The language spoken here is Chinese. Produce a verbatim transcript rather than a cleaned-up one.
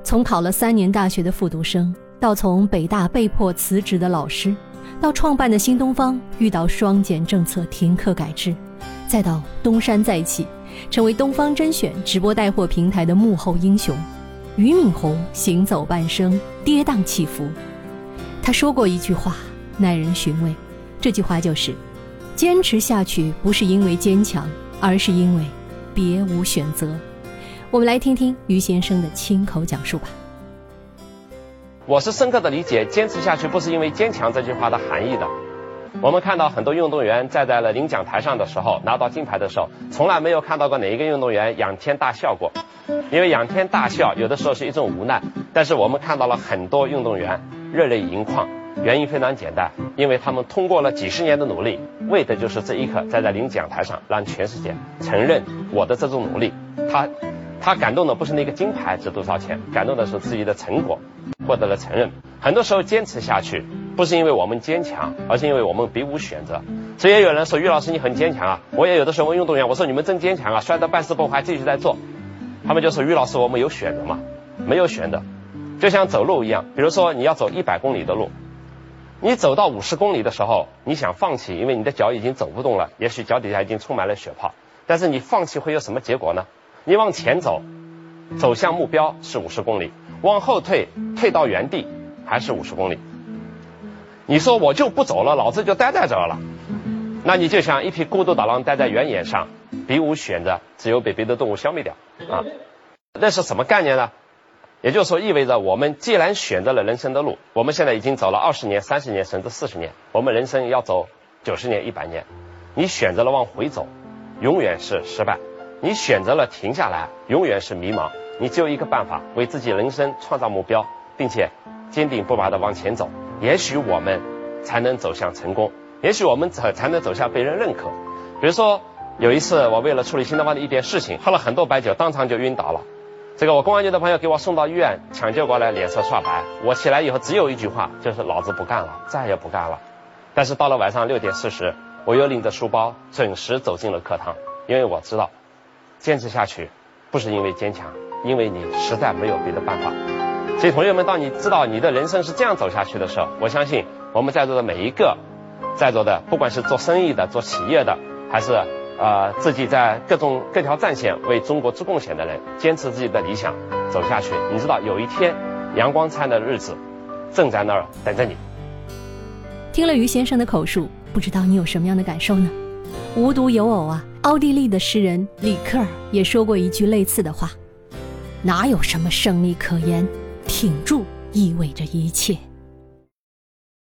从考了三年大学的复读生，到从北大被迫辞职的老师，到创办的新东方遇到双减政策停课改制，再到东山再起，成为东方甄选直播带货平台的幕后英雄，俞敏洪行走半生，跌宕起伏。他说过一句话耐人寻味，这句话就是坚持下去不是因为坚强，而是因为别无选择。我们来听听俞先生的亲口讲述吧。 我是深刻的理解坚持下去不是因为坚强这句话的含义的。我们看到很多运动员站在了领奖台上的时候，拿到金牌的时候，从来没有看到过哪一个运动员仰天大笑过。因为仰天大笑有的时候是一种无奈，但是我们看到了很多运动员热泪盈眶，原因非常简单，因为他们通过了几十年的努力，为的就是这一刻站在领奖台上，让全世界承认我的这种努力。他他感动的不是那个金牌值多少钱，感动的是自己的成果获得了承认。很多时候坚持下去不是因为我们坚强，而是因为我们别无选择。所以也有人说俞老师你很坚强啊，我也有的时候问运动员，我说你们真坚强啊，摔得半死不活继续在做。他们就说俞老师我们有选择吗？没有选择。就像走路一样，比如说你要走一百公里的路，你走到五十公里的时候你想放弃，因为你的脚已经走不动了，也许脚底下已经充满了血泡，但是你放弃会有什么结果呢？你往前走，走向目标是五十公里，往后退，退到原地还是五十公里。你说我就不走了，老子就待在这儿了，那你就像一匹孤独的狼待在原野上，别无选择，只有被别的动物消灭掉啊。那是什么概念呢？也就是说意味着我们既然选择了人生的路，我们现在已经走了二十年、三十年甚至四十年，我们人生要走九十年、一百年，你选择了往回走，永远是失败；你选择了停下来，永远是迷茫。你只有一个办法，为自己人生创造目标，并且坚定不拔地往前走，也许我们才能走向成功，也许我们才能走向被人认可。比如说有一次我为了处理新东方的一点事情，喝了很多白酒，当场就晕倒了。这个我公安局的朋友给我送到医院抢救过来，脸色刷白。我起来以后只有一句话，就是老子不干了，再也不干了。但是到了晚上六点四十，我又拎着书包准时走进了课堂，因为我知道坚持下去不是因为坚强，因为你实在没有别的办法。所以同学们，当你知道你的人生是这样走下去的时候，我相信我们在座的每一个在座的，不管是做生意的、做企业的，还是呃自己在各种各条战线为中国做贡献的人，坚持自己的理想走下去，你知道有一天阳光灿烂的日子正在那儿等着你。 听了俞先生的口述，不知道你有什么样的感受呢？无独有偶啊，奥地利的诗人里克尔也说过一句类似的话：哪有什么胜利可言，挺住意味着一切。